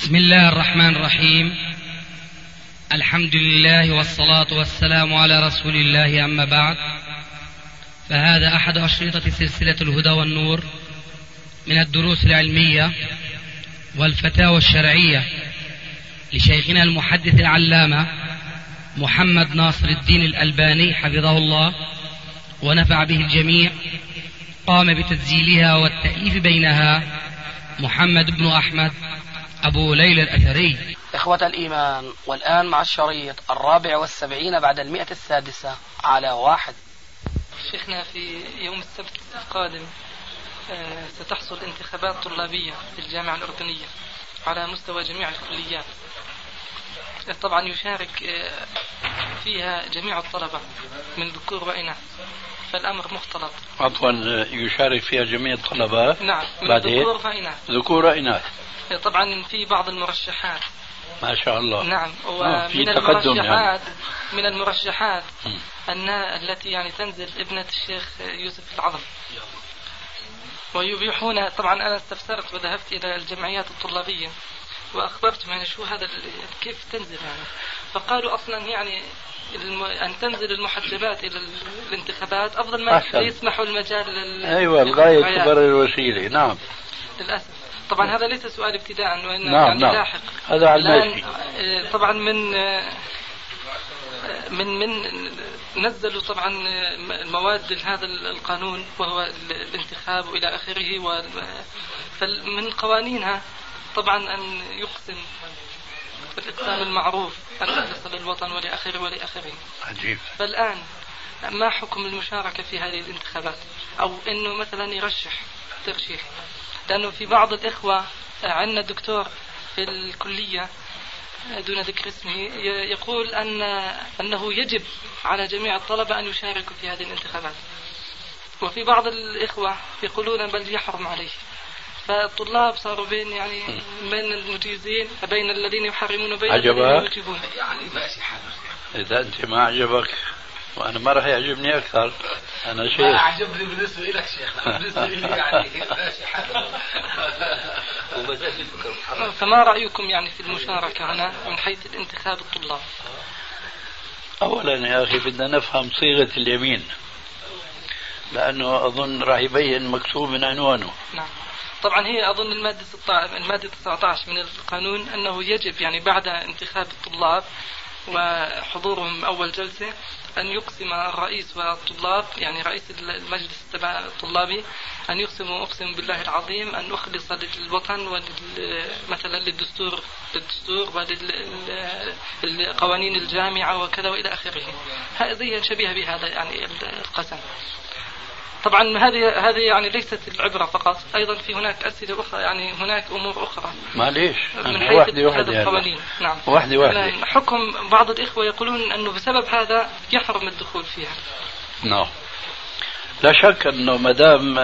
بسم الله الرحمن الرحيم. الحمد لله والصلاة والسلام على رسول الله، أما بعد، فهذا أحد أشرطة سلسلة الهدى والنور من الدروس العلمية والفتاوى الشرعية لشيخنا المحدث العلامة محمد ناصر الدين الألباني حفظه الله ونفع به الجميع. قام بتسجيلها والتأليف بينها محمد بن أحمد أبو ليلى الأثري. إخوة الإيمان، والآن مع الشريط 74 بعد 106 على 1. شيخنا، في يوم السبت القادم ستحصل انتخابات طلابية في الجامعة الأردنية على مستوى جميع الكليات. طبعا يشارك فيها جميع الطلبة من ذكور وإناث، فالأمر مختلط. عفوا، يشارك فيها جميع الطلبة؟ نعم، من ذكور وإناث. ذكور وإناث. طبعا في بعض المرشحات. ما شاء الله. نعم، ومن المرشحات من المرشحات التي يعني تنزل ابنة الشيخ يوسف العظم، ويبيحون. طبعا أنا استفسرت وذهبت إلى الجمعيات الطلابية وأخبرتهم يعني شو هذا كيف تنزل يعني، فقالوا أصلا يعني أن تنزل المحجبات إلى الانتخابات أفضل ما يسمحوا المجال أيوة، الغاية تبرر الوسيلة. نعم، للأسف. طبعا هذا ليس سؤال ابتداء وإنما نعم يعني نعم. لاحق. هذا على الماشي. طبعا من نزلوا طبعا المواد هذا القانون وهو الانتخاب وإلى آخره، فمن قوانينها طبعا أن يقسم الإقسام المعروف أن يخلص للوطن ولآخره ولآخره. عجيب. فالآن ما حكم المشاركة في هذه الانتخابات، أو إنه مثلا يرشح ترشيح؟ لأنه في بعض الإخوة، عندنا دكتور في الكلية دون ذكر اسمه يقول أنه يجب على جميع الطلبة أن يشاركوا في هذه الانتخابات، وفي بعض الإخوة يقولون بل يحرم عليه. فالطلاب صاروا بين المجيزين، بين الذين يحرمون وبين الذين يجيبون. إذا أنت ما عجبك وأنا ما راح يعجبني أكثر. أنا شيخ. ما عجبني بالنسبة لك شيخ، بالنسبة لي يعني ماشي حالك. فما رأيكم يعني في المشاركة هنا من حيث الانتخاب الطلاب؟ أولا يا أخي بدنا نفهم صيغة اليمين، لأنه أظن راح يبين مكتوب من عنوانه. نعم، طبعا هي أظن المادة 19 من القانون أنه يجب يعني بعد انتخاب الطلاب وحضورهم أول جلسة أن يقسم الرئيس والطلاب، يعني رئيس المجلس الطلابي، أن يقسموا أقسم بالله العظيم أن أخلص للوطن مثلا للدستور وللقوانين الجامعة وكذا وإلى آخره. هذه شبيهة بهذا يعني القسم. طبعا هذه يعني ليست العبرة فقط، أيضا في هناك أسئلة أخرى، يعني هناك أمور أخرى. معليش، من حيث القوانين. نعم، واحدة. حكم بعض الإخوة يقولون أنه بسبب هذا يحرم الدخول فيها. نعم، لا شك أنه مدام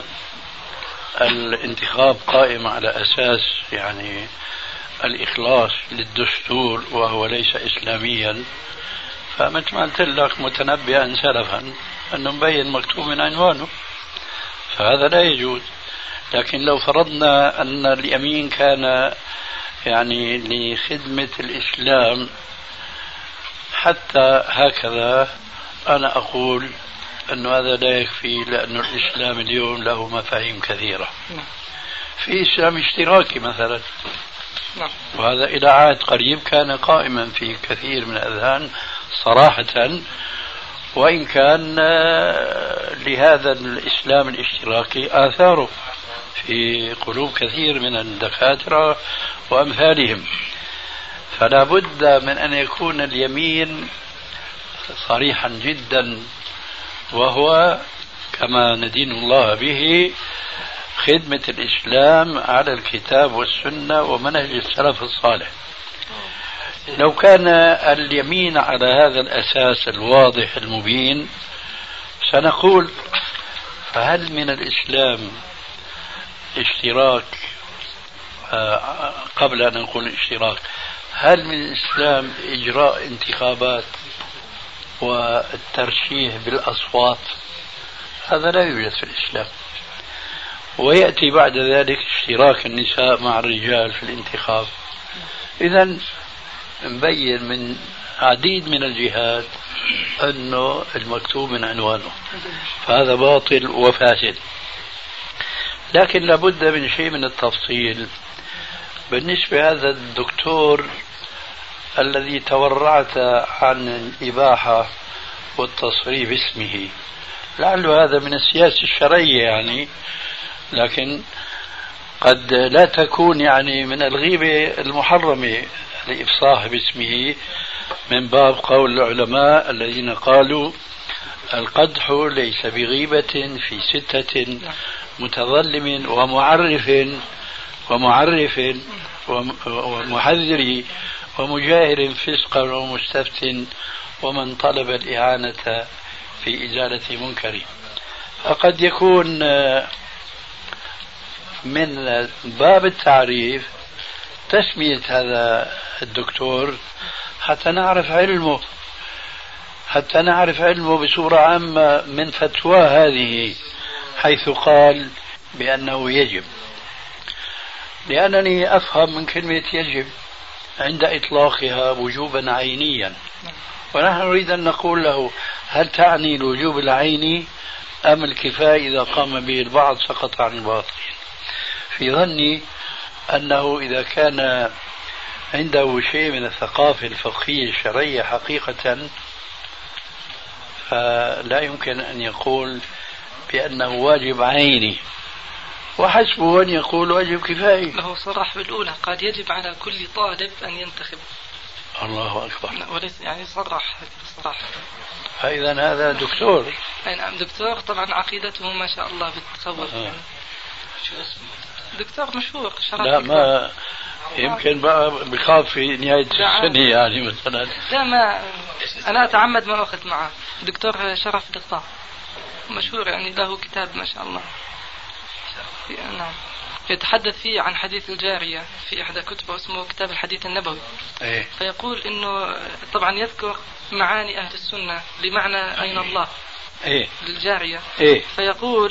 الانتخاب قائم على أساس يعني الإخلاص للدستور وهو ليس إسلاميا، فمثل ما قلت لك متنبئا سلفا أنه مبين مكتوب من عنوانه، فهذا لا يجوز. لكن لو فرضنا أن اليمين كان يعني لخدمة الإسلام حتى هكذا، أنا أقول أن هذا لا يكفي، لأن الإسلام اليوم له مفاهيم كثيرة. في إسلام اشتراكي مثلا، وهذا إلى عهد قريب كان قائما في كثير من الأذهان صراحة، وإن كان لهذا الإسلام الاشتراكي آثاره في قلوب كثير من الدكاترة وأمثالهم. فلا بد من أن يكون اليمين صريحا جدا، وهو كما ندين الله به خدمة الإسلام على الكتاب والسنة ومنهج السلف الصالح. لو كان اليمين على هذا الأساس الواضح المبين سنقول فهل من الإسلام اشتراك؟ قبل أن نقول اشتراك، هل من الإسلام إجراء انتخابات والترشيح بالأصوات؟ هذا لا يوجد في الإسلام. ويأتي بعد ذلك اشتراك النساء مع الرجال في الانتخاب. إذن مبين من عديد من الجهات أنه المكتوب من عنوانه، فهذا باطل وفاسد. لكن لابد من شيء من التفصيل بالنسبة هذا الدكتور الذي تورعت عن الإباحة والتصريف باسمه. لعل هذا من السياسة الشرعية يعني، لكن قد لا تكون يعني من الغيبة المحرمة الإفصاح باسمه، من باب قول العلماء الذين قالوا القدح ليس بغيبة في 6 متظلم ومعرف ومحذر ومجاهر فسقا ومستفت ومن طلب الإعانة في إزالة منكر. فقد يكون من باب التعريف تسمية هذا الدكتور حتى نعرف علمه بصورة عامة من فتوى هذه، حيث قال بأنه يجب. لأنني أفهم من كلمة يجب عند إطلاقها وجوبا عينيا، ونحن نريد أن نقول له هل تعني الوجوب العيني أم الكفاية إذا قام به البعض سقط عن الباطل؟ في ظني أنه إذا كان عنده شيء من الثقافة الفقهية الشرعية حقيقة فلا يمكن أن يقول بأنه واجب عيني، وحسبه أن يقول واجب كفائي. له صرح بالأولى قال يجب على كل طالب أن ينتخب. الله أكبر. وليس يعني صرح صراحة. فإذا هذا دكتور. أي نعم دكتور، طبعا عقيدته ما شاء الله بتخوف. يعني. دكتور مشهور. لا ما يمكن بقى بخاف في نهاية السنة يعني مثلا. لا ما أنا أتعمد ما أخذ معه. دكتور شرف دقة مشهور، يعني له كتاب ما شاء الله. نعم يتحدث فيه عن حديث الجارية في إحدى كتبه، اسمه كتاب الحديث النبوي. فيقول إنه طبعا يذكر معاني أهل السنة لمعنى أين الله للجارية. فيقول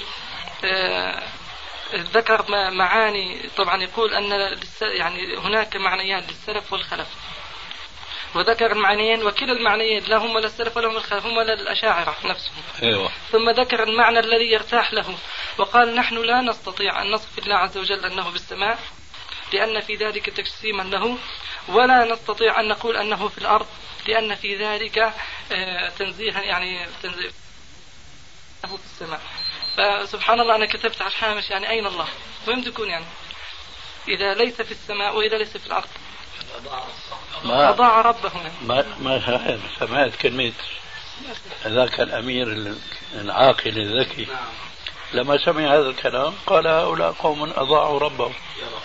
ذكر معاني، طبعا يقول أن يعني هناك معنيان للسلف والخلف، وذكر المعنيين وكلا المعنيين لا هم للسلف ولا هم للخلف، هم للأشاعرة نفسهم. ثم ذكر المعنى الذي يرتاح له وقال نحن لا نستطيع أن نصف الله عز وجل أنه بالسماء لأن في ذلك تجسيما له، ولا نستطيع أن نقول أنه في الأرض لأن في ذلك تنزيها، يعني تنزيه في السماء. فسبحان الله أنا كتبت على الحامش يعني أين الله؟ وين تكون يعني إذا ليس في السماء وإذا ليس في الأرض؟ أضاع ربه. ما سمعت كلمة ذاك الأمير العاقل الذكي لما سمع هذا الكلام قال هؤلاء قوم أضاعوا ربهم.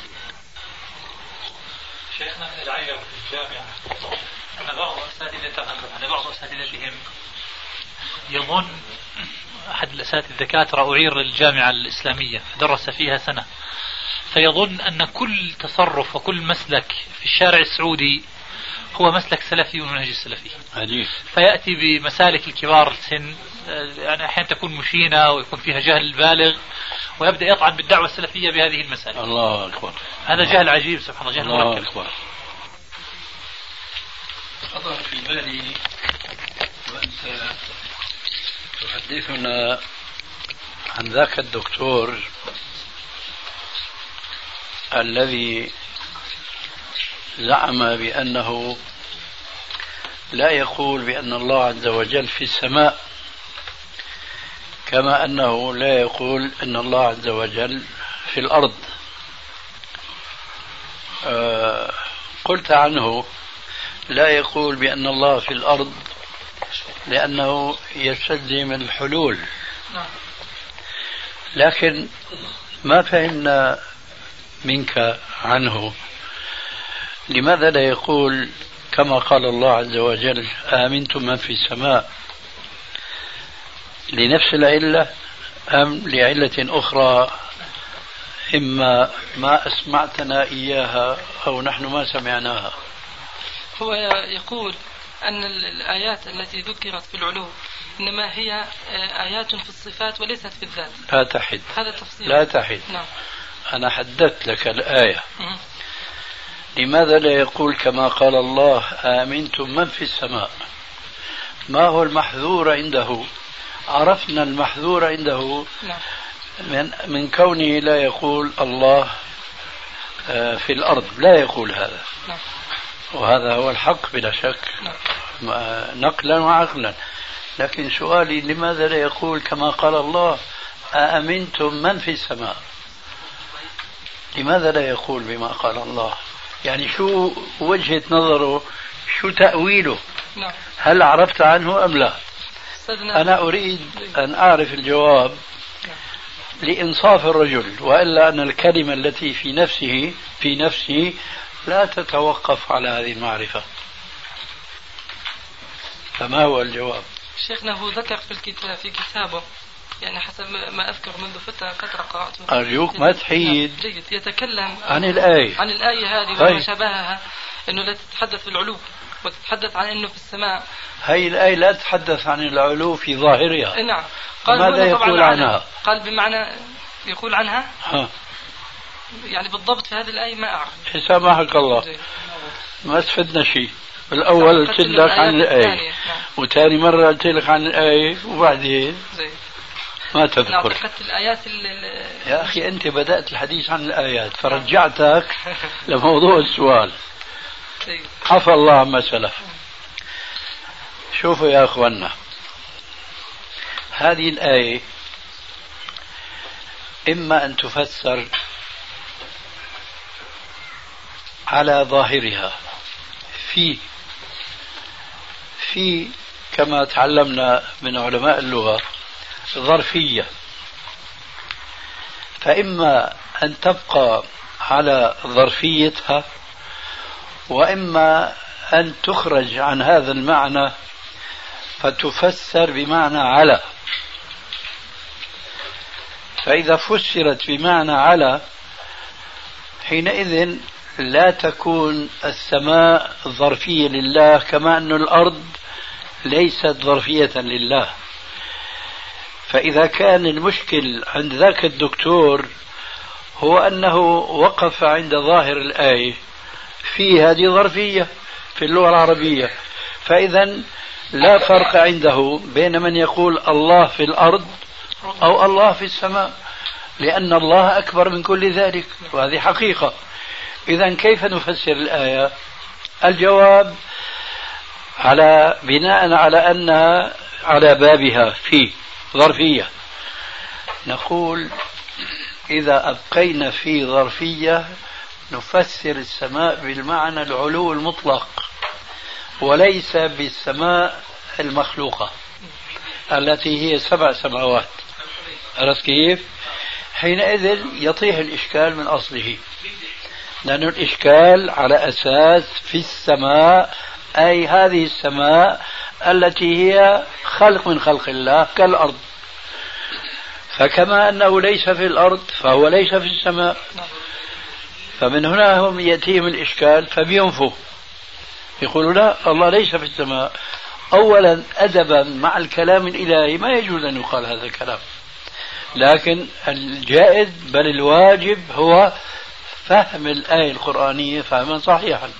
شيخنا من العجب في الجامعة أن بعض أساتذتهم يظن، أحد الأساتذة الدكاترة أعير للجامعة الإسلامية درس فيها سنة، فيظن أن كل تصرف وكل مسلك في الشارع السعودي هو مسلك سلفي ومنهج السلفي. فيأتي بمسالك الكبار السن، يعني أحيانا تكون مشينة ويكون فيها جهل بالغ، ويبدأ يطعن بالدعوة السلفية بهذه المسالك. الله أكبر. هذا جهل عجيب سبحان الله، جهل الله مركب. أكبر. خطر في بالي وأنت تحدثنا عن ذاك الدكتور الذي زعم بأنه لا يقول بأن الله عز وجل في السماء، كما أنه لا يقول أن الله عز وجل في الأرض. قلت عنه لا يقول بأن الله في الأرض لأنه يستلزم الحلول، لكن ما فهمنا منك عنه لماذا لا يقول كما قال الله عز وجل آمنتم من في السماء، لنفس العلة أم لعلة أخرى إما ما أسمعتنا إياها أو نحن ما سمعناها؟ هو يقول أن الآيات التي ذكرت في العلو إنما هي آيات في الصفات وليست في الذات. لا تحد. هذا تفصيل. لا تحد. نعم. أنا حددت لك الآية. لماذا لا يقول كما قال الله آمنتم من في السماء؟ ما هو المحذور عنده؟ عرفنا المحذور عنده. نعم. من كونه لا يقول الله في الأرض، لا يقول هذا. نعم. وهذا هو الحق بلا شك. نعم. نقلا وعقلا. لكن سؤالي لماذا لا يقول كما قال الله أأمنتم من في السماء؟ لماذا لا يقول بما قال الله؟ يعني شو وجهة نظره؟ شو تأويله؟ نعم. هل عرفت عنه أم لا؟ أنا أريد أن أعرف الجواب لإنصاف الرجل، وإلا أن الكلمة التي في نفسه لا تتوقف على هذه المعرفة. فما هو الجواب؟ شيخنا هو ذكر في كتابه، يعني حسب ما أذكر منذ فترة قرأته. أرجوك ما تحيد. جيد. يتكلم عن الآية هذه وما شابهها، أنه لا تتحدث في العلو وتتحدث عن أنه في السماء. هي الآية لا تتحدث عن العلو في ظاهرها. نعم. ماذا يقول عنها؟ قال بمعنى يقول عنها. يعني بالضبط في هذه الآية ما أعرف. سامحك الله. ما استفدنا شيء. الأول قلت لك عن الآية، وثاني مرة قلت لك عن الآية، وبعدين ما تذكر. الآيات يا أخي أنت بدأت الحديث عن الآيات فرجعتك لموضوع السؤال. عفى الله عما سلف. شوفوا يا أخوانا، هذه الآية إما أن تفسر على ظاهرها في كما تعلمنا من علماء اللغة ظرفية، فإما أن تبقى على ظرفيتها، وإما أن تخرج عن هذا المعنى فتفسر بمعنى على. فإذا فسرت بمعنى على حينئذ لا تكون السماء ظرفية لله، كما أن الأرض ليست ظرفية لله. فإذا كان المشكل عند ذاك الدكتور هو أنه وقف عند ظاهر الآية في هذه ظرفية في اللغة العربية، فإذا لا فرق عنده بين من يقول الله في الأرض أو الله في السماء، لأن الله أكبر من كل ذلك، وهذه حقيقة. إذا كيف نفسر الآية؟ الجواب بناء على أنها على بابها في ظرفية، نقول إذا أبقينا في ظرفية نفسر السماء بالمعنى العلو المطلق، وليس بالسماء المخلوقة التي هي 7 سماوات. عرفت كيف؟ حينئذ يطيح الإشكال من أصله، لأن الإشكال على أساس في السماء، أي هذه السماء التي هي خلق من خلق الله كالأرض، فكما أنه ليس في الأرض فهو ليس في السماء. فمن هنا هم يأتيهم الإشكال فبينفوا، يقولوا لا، الله ليس في السماء. أولا أدبا مع الكلام الإلهي ما يجوز أن يقال هذا الكلام، لكن الجائز بل الواجب هو فهم الآية القرآنية فهما صحيحا.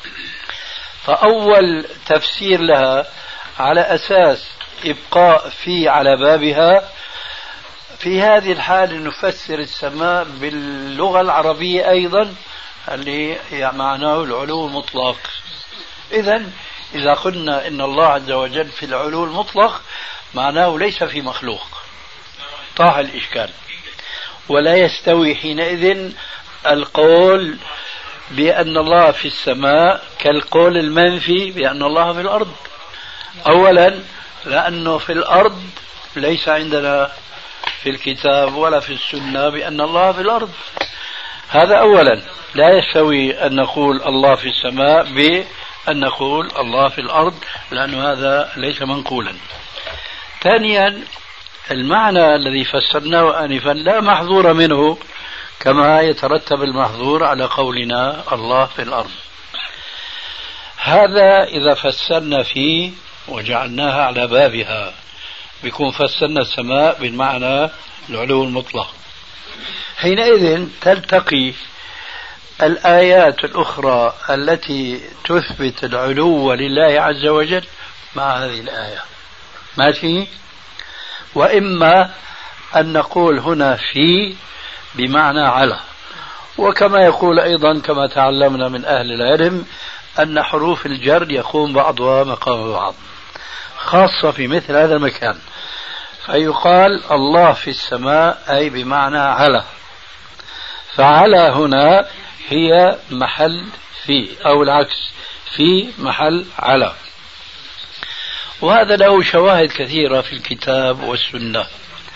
فأول تفسير لها على أساس إبقاء في على بابها، في هذه الحالة نفسر السماء باللغة العربية أيضا اللي معناه العلو المطلق. إذا قلنا إن الله عز وجل في العلو المطلق معناه ليس في مخلوق، طاح الإشكال. ولا يستوي حينئذ القول بأن الله في السماء كالقول المنفي بأن الله في الأرض. أولا لأنه في الأرض ليس عندنا في الكتاب ولا في السنة بأن الله في الأرض، هذا أولا. لا يستوي أن نقول الله في السماء بأن نقول الله في الأرض، لأن هذا ليس منقولا. ثانيا المعنى الذي فسرناه آنفا لا محظور منه، كما يترتب المحظور على قولنا الله في الأرض. هذا إذا فسرنا فيه وجعلناها على بابها بيكون فسرنا السماء بالمعنى العلو المطلق. حينئذ تلتقي الآيات الأخرى التي تثبت العلو لله عز وجل مع هذه الآية، ماشي؟ وإما أن نقول هنا في بمعنى على، وكما يقول أيضا كما تعلمنا من أهل العلم أن حروف الجر يقوم بعضها مقام بعض، خاصة في مثل هذا المكان، فيقال الله في السماء أي بمعنى على، فعلى هنا هي محل في، أو العكس في محل على. وهذا له شواهد كثيرة في الكتاب والسنة.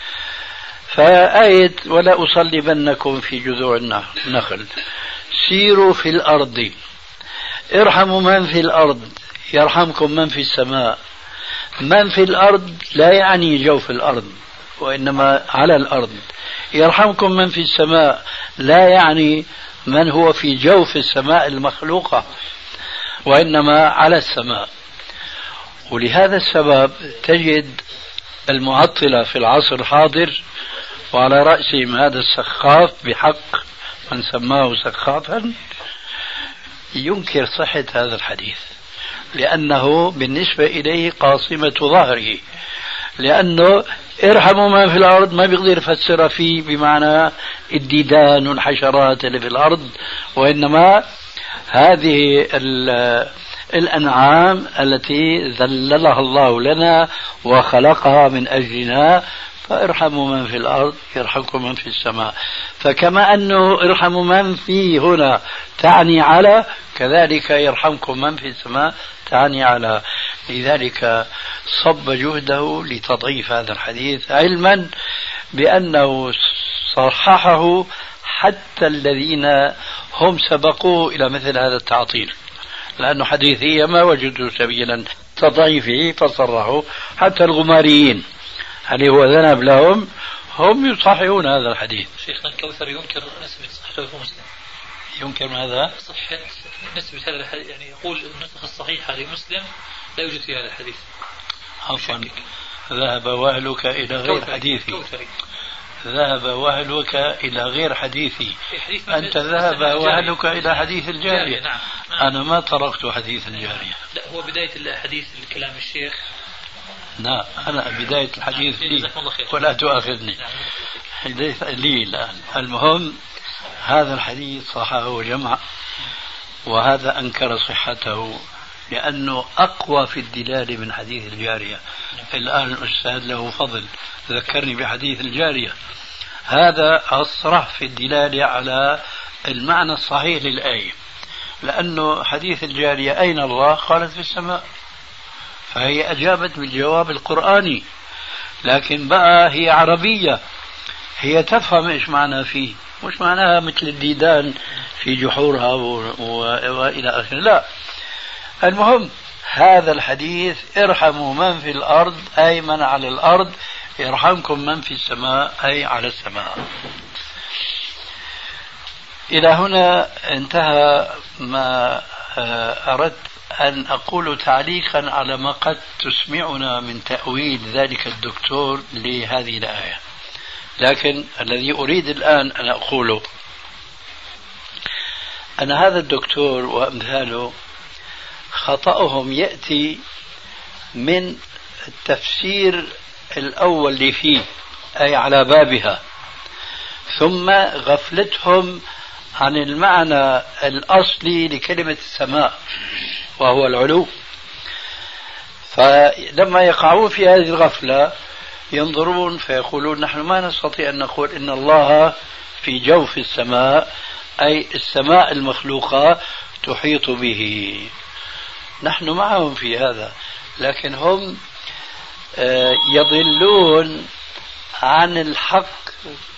فآية ولا أصلبنكم في جذوع النخل، سيروا في الأرض، ارحموا من في الأرض يرحمكم من في السماء. من في الأرض لا يعني جوف الأرض وإنما على الأرض. يرحمكم من في السماء لا يعني من هو في جوف السماء المخلوقة وإنما على السماء. ولهذا السبب تجد المعطلة في العصر الحاضر وعلى رأسهم هذا السخاف بحق من سماه سخافا ينكر صحة هذا الحديث، لأنه بالنسبة إليه قاصمة ظهره، لأنه ارحموا من في الأرض ما بيقدر يفسر فيه بمعنى الديدان والحشرات اللي في الأرض، وإنما هذه الأنعام التي ذللها الله لنا وخلقها من أجلنا، فارحموا من في الأرض يرحمكم من في السماء. فكما أنه ارحموا من في هنا تعني على، كذلك يرحمكم من في السماء تعني على. لذلك صب جهده لتضعيف هذا الحديث، علما بأنه صححه حتى الذين هم سبقوه إلى مثل هذا التعطيل، لأنه حديثية ما وجدوا سبيلا تضعيفه فصرحوا. حتى الغماريين هل هو ذنب لهم، هم يصححون هذا الحديث. شيخنا الكوثر ينكر نسبة صحته في مسلم. ينكر ماذا؟ صحة نسبة هذا الحديث، يعني يقول النسخة الصحيحة لمسلم لا يوجد في هذا الحديث. عفوا، ذهب وهلك إلى غير حديثي. ذهب وهلك إلى غير حديثي. أنت ذهب وهلك إلى حديث الجارية. نعم. أنا ما تركت حديث الجارية. لا، هو بداية الحديث الكلام الشيخ. لا، أنا بداية الحديث لي ولا تؤاخذني. حديث لي الآن. المهم هذا الحديث صححه جمع، وهذا أنكر صحته لأنه أقوى في الدلالة من حديث الجارية. الآن الأستاذ له فضل ذكرني بحديث الجارية، هذا أصرح في الدلالة على المعنى الصحيح للآية، لأنه حديث الجارية أين الله؟ قالت في السماء، فهي أجابت بالجواب القرآني، لكن بقى هي عربية، هي تفهم إيش معنى فيه، مش معناها مثل الديدان في جحورها وإلى آخره. لا، المهم هذا الحديث ارحموا من في الأرض أي من على الأرض يرحمكم من في السماء أي على السماء. إلى هنا انتهى ما أردت أن أقول تعليقا على ما قد تسمعنا من تأويل ذلك الدكتور لهذه الآية. لكن الذي أريد الآن أن أقوله أن هذا الدكتور وأمثاله خطأهم يأتي من التفسير الأول اللي فيه أي على بابها، ثم غفلتهم عن المعنى الأصلي لكلمة السماء وهو العلو. فلما يقعون في هذه الغفلة ينظرون فيقولون نحن ما نستطيع أن نقول إن الله في جوف السماء أي السماء المخلوقة تحيط به. نحن معهم في هذا، لكن هم يضلون عن الحق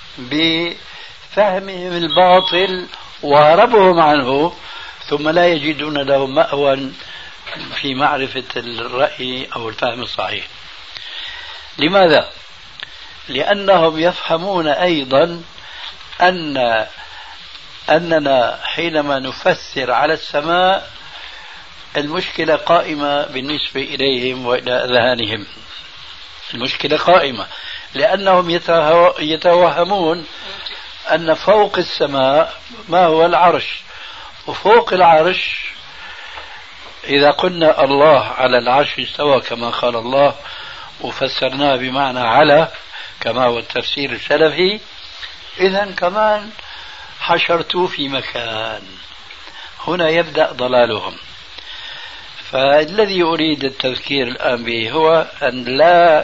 بفهمهم الباطل وهربهم عنه، ثم لا يجدون له مأوى في معرفة الرأي أو الفهم الصحيح. لماذا؟ لأنهم يفهمون أيضا أننا حينما نفسر على السماء المشكلة قائمة بالنسبة إليهم وإلى أذهانهم. المشكلة قائمة لأنهم يتوهمون أن فوق السماء ما هو العرش، وفوق العرش إذا قلنا الله على العرش استوى كما قال الله وفسرناه بمعنى على كما هو التفسير السلفي، إذن كمان حشرتوه في مكان. هنا يبدأ ضلالهم. فالذي أريد التذكير الآن به هو أن لا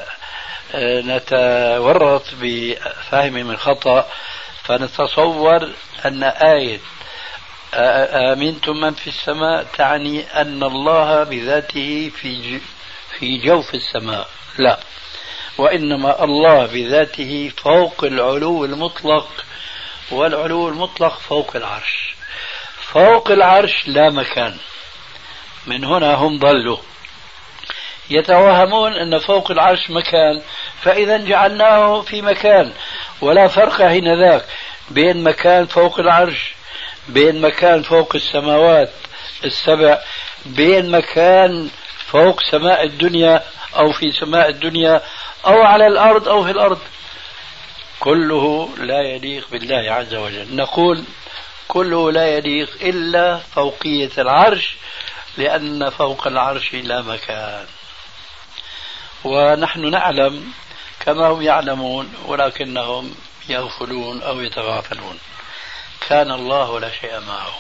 نتورط بفهم من خطأ فنتصور أن آية آمنتم من في السماء تعني أن الله بذاته في جوف السماء. لا، وإنما الله بذاته فوق العلو المطلق، والعلو المطلق فوق العرش. فوق العرش لا مكان. من هنا هم ضلوا، يتوهمون أن فوق العرش مكان، فإذا جعلناه في مكان، ولا فرق حينذاك بين مكان فوق العرش، بين مكان فوق السماوات السبع، بين مكان فوق سماء الدنيا أو في سماء الدنيا أو على الأرض أو في الأرض. كله لا يليق بالله عز وجل. نقول كله لا يليق إلا فوقية العرش، لأن فوق العرش لا مكان. ونحن نعلم كما هم يعلمون ولكنهم يغفلون أو يتغافلون. كان الله ولا شيء معه.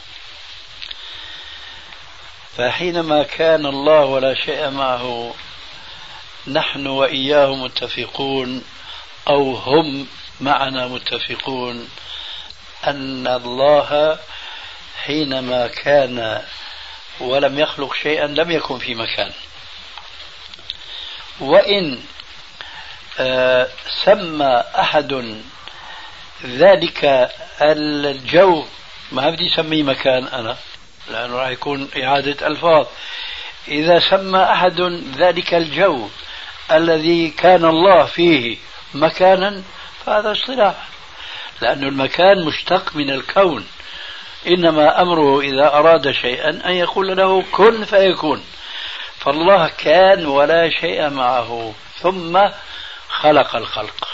فحينما كان الله ولا شيء معه نحن وإياه متفقون، أو هم معنا متفقون، أن الله حينما كان ولم يخلق شيئا لم يكن في مكان. وإن سمى أحد ذلك الجو، ما بدي أسميه مكان أنا لأنه راح يكون إعادة ألفاظ، إذا سمى أحد ذلك الجو الذي كان الله فيه مكانا فهذا اصطلاح، لأن المكان مشتق من الكون. إنما أمره إذا أراد شيئا أن يقول له كن فيكون. فالله كان ولا شيء معه ثم خلق الخلق.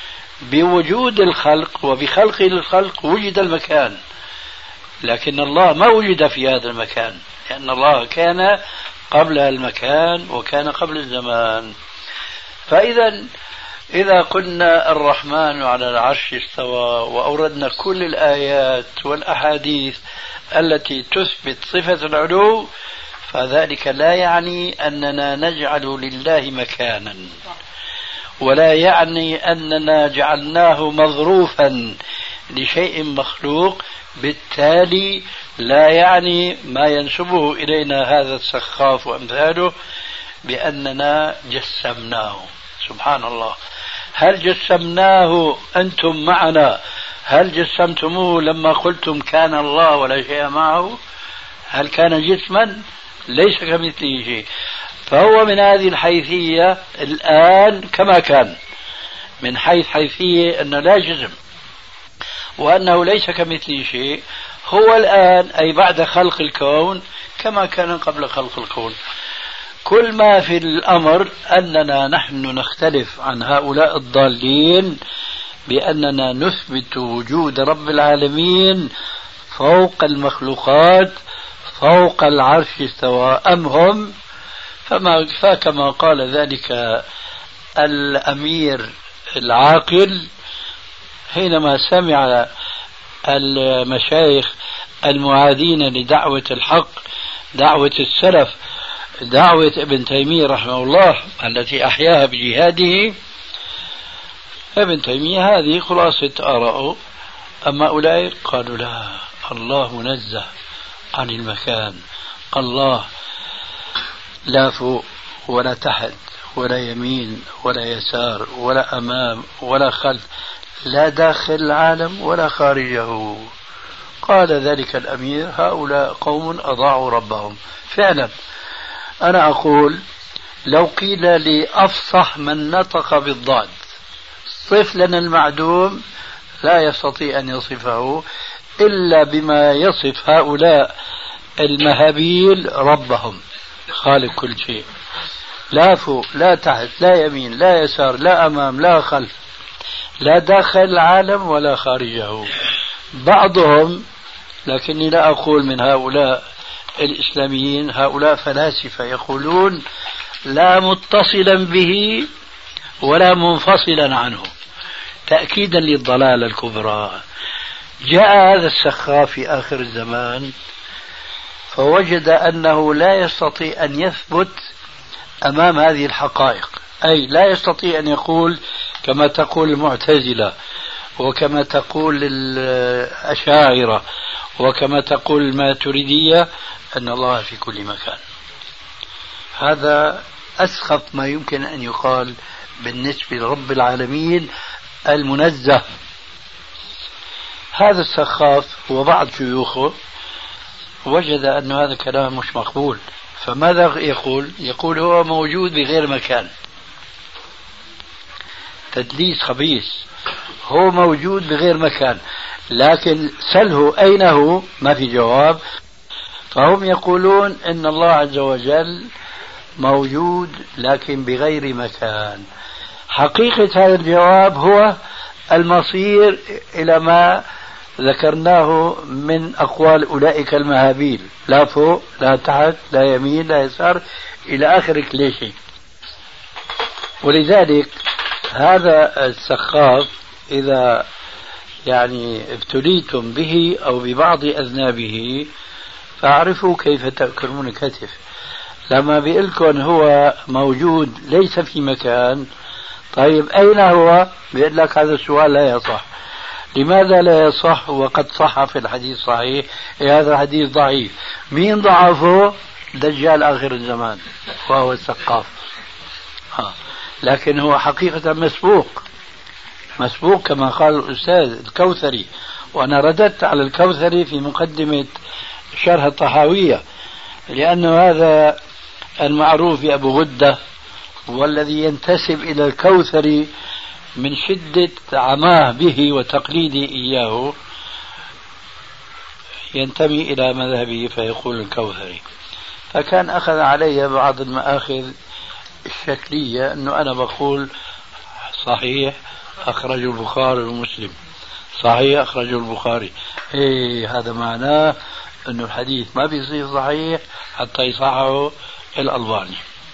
بوجود الخلق وبخلق الخلق وجد المكان، لكن الله ما وجد في هذا المكان، لأن الله كان قبل المكان وكان قبل الزمان. فإذا إذا قلنا الرحمن على العرش استوى وأوردنا كل الآيات والأحاديث التي تثبت صفة العلو، فذلك لا يعني أننا نجعل لله مكانا، ولا يعني أننا جعلناه مظروفا لشيء مخلوق. بالتالي لا يعني ما ينسبه إلينا هذا السخاف وأمثاله بأننا جسمناه. سبحان الله. هل جسمناه أنتم معنا؟ هل جسمتموه لما قلتم كان الله ولا شيء معه؟ هل كان جسما؟ ليس كمثله شيء. فهو من هذه الحيثية الآن كما كان، من حيث حيثية أنه لا جسم وأنه ليس كمثله شيء. هو الآن أي بعد خلق الكون كما كان قبل خلق الكون. كل ما في الأمر أننا نحن نختلف عن هؤلاء الضالين بأننا نثبت وجود رب العالمين فوق المخلوقات فوق العرش استوى. أم هم فكما قال ذلك الأمير العاقل حينما سمع المشايخ المعادين لدعوة الحق، دعوة السلف، دعوة ابن تيمية رحمه الله التي أحياها بجهاده، ابن تيمية هذه خلاصة آراءه. أما أولئك قالوا لا، الله منزه عن المكان، الله لا فوق ولا تحت ولا يمين ولا يسار ولا أمام ولا خلف، لا داخل العالم ولا خارجه. قال ذلك الأمير هؤلاء قوم أضاعوا ربهم. فعلا أنا أقول لو قيل لي أفصح من نطق بالضاد صف لنا المعدوم، لا يستطيع أن يصفه إلا بما يصف هؤلاء المهابيل ربهم خالق كل شيء، لا فوق لا تحت لا يمين لا يسار لا أمام لا خلف، لا داخل العالم ولا خارجه. بعضهم، لكني لا أقول من هؤلاء الإسلاميين، هؤلاء فلاسفة يقولون لا متصلا به ولا منفصلا عنه، تأكيدا للضلالة الكبرى. جاء هذا السخاف في آخر الزمان فوجد أنه لا يستطيع أن يثبت أمام هذه الحقائق، أي لا يستطيع أن يقول كما تقول المعتزلة وكما تقول الأشاعرة وكما تقول الماتريدية أن الله في كل مكان. هذا أسخف ما يمكن أن يقال بالنسبة لرب العالمين المنزه. هذا السخاف وبعض شيوخه وجد أن هذا كلام مش مقبول، فماذا يقول؟ يقول هو موجود بغير مكان. تدليس خبيث، هو موجود بغير مكان، لكن سله أين هو ما في جواب. فهم يقولون إن الله عز وجل موجود لكن بغير مكان. حقيقة هذا الجواب هو المصير إلى ما ذكرناه من أقوال أولئك المهابيل، لا فوق لا تحت لا يمين لا يسار إلى آخر كليشي. ولذلك هذا السخاف إذا ابتليتم به أو ببعض أذنابه فاعرفوا كيف تأكلون الكتف. لما بيقولكم هو موجود ليس في مكان، طيب أين هو؟ بيقول لك هذا السؤال لا يصح. لماذا لا يصح وقد صح في الحديث صحيح؟ هذا الحديث ضعيف. مين ضعفه؟ دجال آخر الزمان وهو السقاف. لكن هو حقيقة مسبوق كما قال الأستاذ الكوثري، وأنا رددت على الكوثري في مقدمة شرح الطحاوية، لأنه هذا المعروف بأبو غدة والذي ينتسب إلى الكوثري من شدة عماه به وتقليده إياه ينتمي إلى مذهبه فيقول الكوثري. فكان أخذ علي بعض المآخذ الشكلية أنه أنا بقول صحيح أخرج البخاري ومسلم، صحيح أخرج البخاري، هذا معناه أنه الحديث ما بيصير صحيح حتى يصححه الألباني.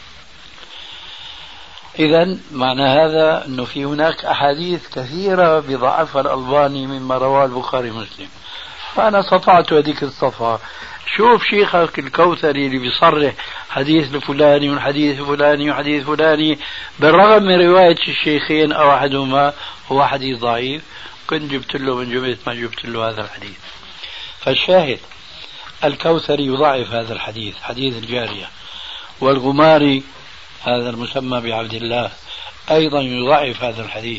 إذن معنى هذا أنه في هناك أحاديث كثيرة بضعفها الألباني مما رواه البخاري ومسلم. فأنا صفعت هذيك الصفحة، شوف شيخك الكوثري اللي بيصرح حديث الفلاني والحديث الفلاني وحديث فلاني بالرغم من رواية الشيخين أو أحدهما هو حديث ضعيف، كنت جبت له من جملة ما جبت له هذا الحديث. فالشاهد الكوثري يضعف هذا الحديث، حديث الجارية، والغماري هذا المسمى بعبد الله أيضا يضعف هذا الحديث.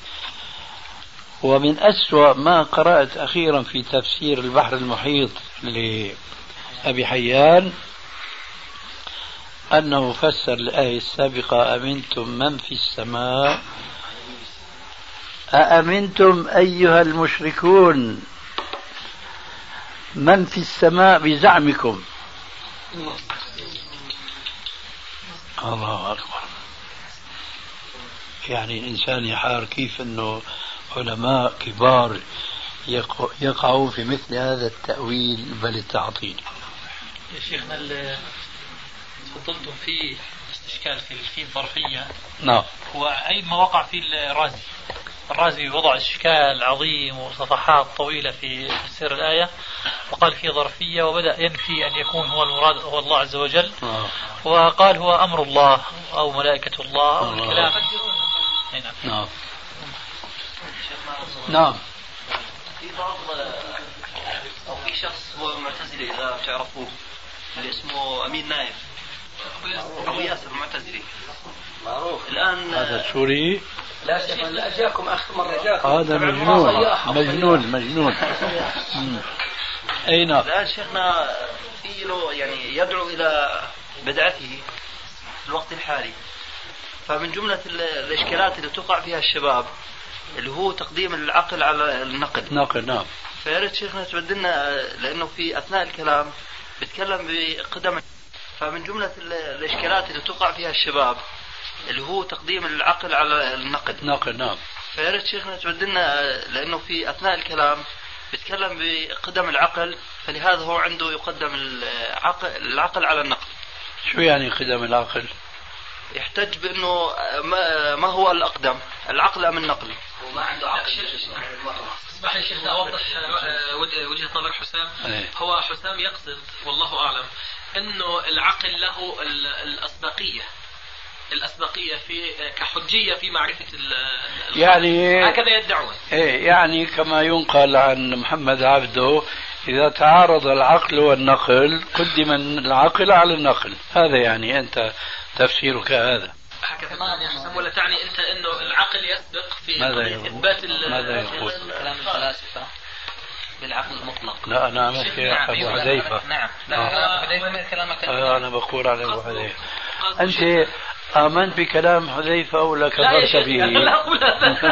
ومن أسوأ ما قرأت أخيرا في تفسير البحر المحيط لأبي حيان أنه فسر الآية السابقة أأمنتم من في السماء، أأمنتم أيها المشركون من في السماء بزعمكم. الله أكبر. يعني الإنسان يحار كيف أنه علماء كبار يقعوا في مثل هذا التأويل بل التعطيل. يا شيخنا تفضلتم في استشكال في الظرفية. نعم. وأي ما وقع في الرازي وضع إشكال عظيم وصفحات طويلة في تفسير الآية، وقال في ظرفية وبدأ ينفي أن يكون هو المراد هو الله عز وجل، وقال هو أمر الله أو ملائكة الله أو الكلام. نعم. نعم. في بعض أو في شخص هو معتزلي إذا تعرفوه اللي اسمه أمين نايف أبو ياسر معتزلي معروف الآن. هذا سوري؟ لا شيخ لا جاكم آخر مرة هذا مجنون. أين الآن شيخنا في له يعني يدعو إلى بدعته في الوقت الحالي. فمن جملة الإشكالات اللي تقع فيها الشباب اللي هو تقديم العقل على النقل. نعم. فياريت شيخنا تبدلنا، لأنه في أثناء الكلام بيتكلم بقدم. فمن جملة الإشكالات اللي تقع فيها الشباب اللي هو تقديم العقل على النقل. نعم. فيا ريت شيخنا تبدلنا، لأنه في أثناء الكلام بيتكلم بقدم العقل، فلهذا هو عنده يقدم العقل على النقل. شو يعني قدم العقل؟ يحتج بأنه ما هو الأقدم، العقل أم النقل؟ وما عنده عقل. اسمح لي شيخنا أوضح وجهة نظر حسام. هو حسام يقصد والله أعلم أنه العقل له الأسبقية في كحجية في معرفة يعني هكذا يدعون. يعني كما ينقل عن محمد عبده إذا تعارض العقل والنقل قدم العقل على النقل، هذا يعني أنت تفسيرك هذا. هكذا يا حسام، ولا تعني أنت أنه العقل يسبق في إثبات ماذا يقول؟ كلام الفلاسفة بالعقل المطلق. لا أنا أحكي أبو حذيفة. نعم. لا حذيفة من كلامك. أنا بقول على أبو حذيفة. أنت آمنت بكلام حذيفة ولا كفرت به؟ لا أقول هذا.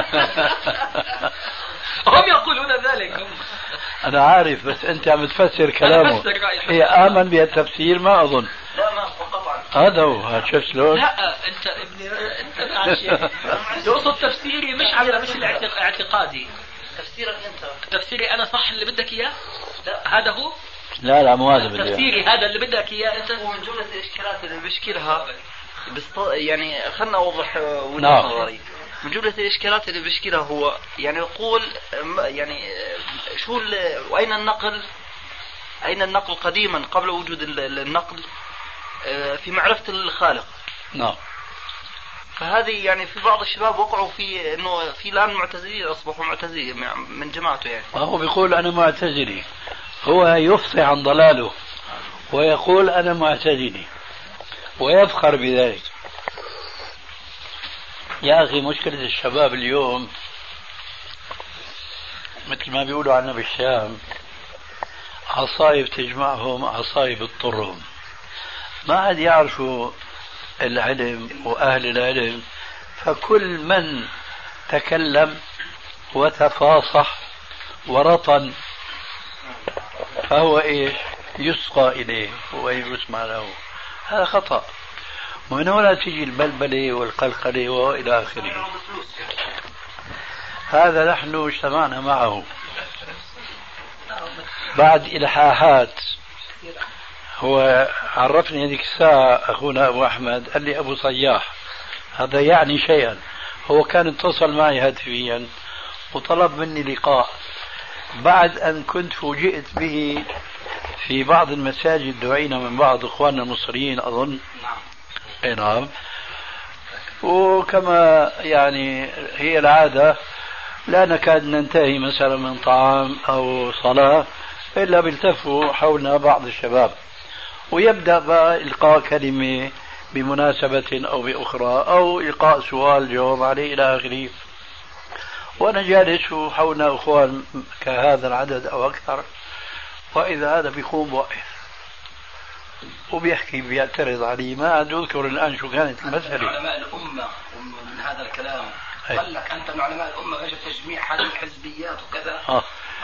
هم يقولون ذلك. أنا عارف، بس أنت عم تفسر كلامه. هي آمن بهالتفسير ما أظن. لا ما قطعا. هذا هو شوف شلون؟ لا أنت ابني أنت يقصد تفسيري مش الاعتقادي. تفسيرك أنت. تفسيري أنا صح اللي بدك إياه؟ لا هذا هو. لا مو هذا بدي. تفسيري هذا اللي بدك إياه أنت. ومن جملة الإشكالات اللي بيشكلها يعني خلنا أوضح وجهة نظري. من جملة الإشكالات اللي بيشكلها هو يعني يقول يعني شو وأين النقل؟ أين النقل قديما قبل وجود النقل في معرفة الخالق؟ نعم. فهذه يعني في بعض الشباب وقعوا في إنه في الآن معتزلين أصبحوا معتزلين من جماعته يعني. هو بيقول أنا معتزلي، هو يفصح عن ضلاله ويقول أنا معتزلي ويفخر بذلك. يا أخي مشكلة الشباب اليوم مثل ما بيقولوا عنا بالشام عصايب تجمعهم عصايب تضرهم، ما عاد يعرفوا العلم وأهل العلم، فكل من تكلم وتفاصح ورطن فهو إيش يسقى إليه ويسمع له. هذا خطأ، ومن هنا تيجي البلبلة والقلقلة وإلى آخره. هذا نحن اجتمعنا معه بعد إلحاحات. هو عرفني هذيك الساعة أخونا أبو أحمد، قال لي أبو صياح، هذا يعني شيئا. هو كان اتصل معي هاتفيا وطلب مني لقاء بعد أن كنت فوجئت به في بعض المساجد دعينا من بعض إخواننا المصريين أظن. نعم. وكما يعني هي العادة لا نكاد ننتهي مثلا من طعام أو صلاة إلا بيلتفوا حولنا بعض الشباب ويبدأ بإلقاء كلمة بمناسبة أو بأخرى أو إلقاء سؤال جواب عليه إلى آخره. وأنا جالس وحولنا أخوان كهذا العدد أو أكثر، وإذا هذا بيقوم بوقف وبيحكي بيعترض علي. ما أذكر الآن شو كانت المسألة. علماء الأمة من هذا الكلام قال لك أنت من علماء الأمة غير تجميع هذه الحزبيات وكذا.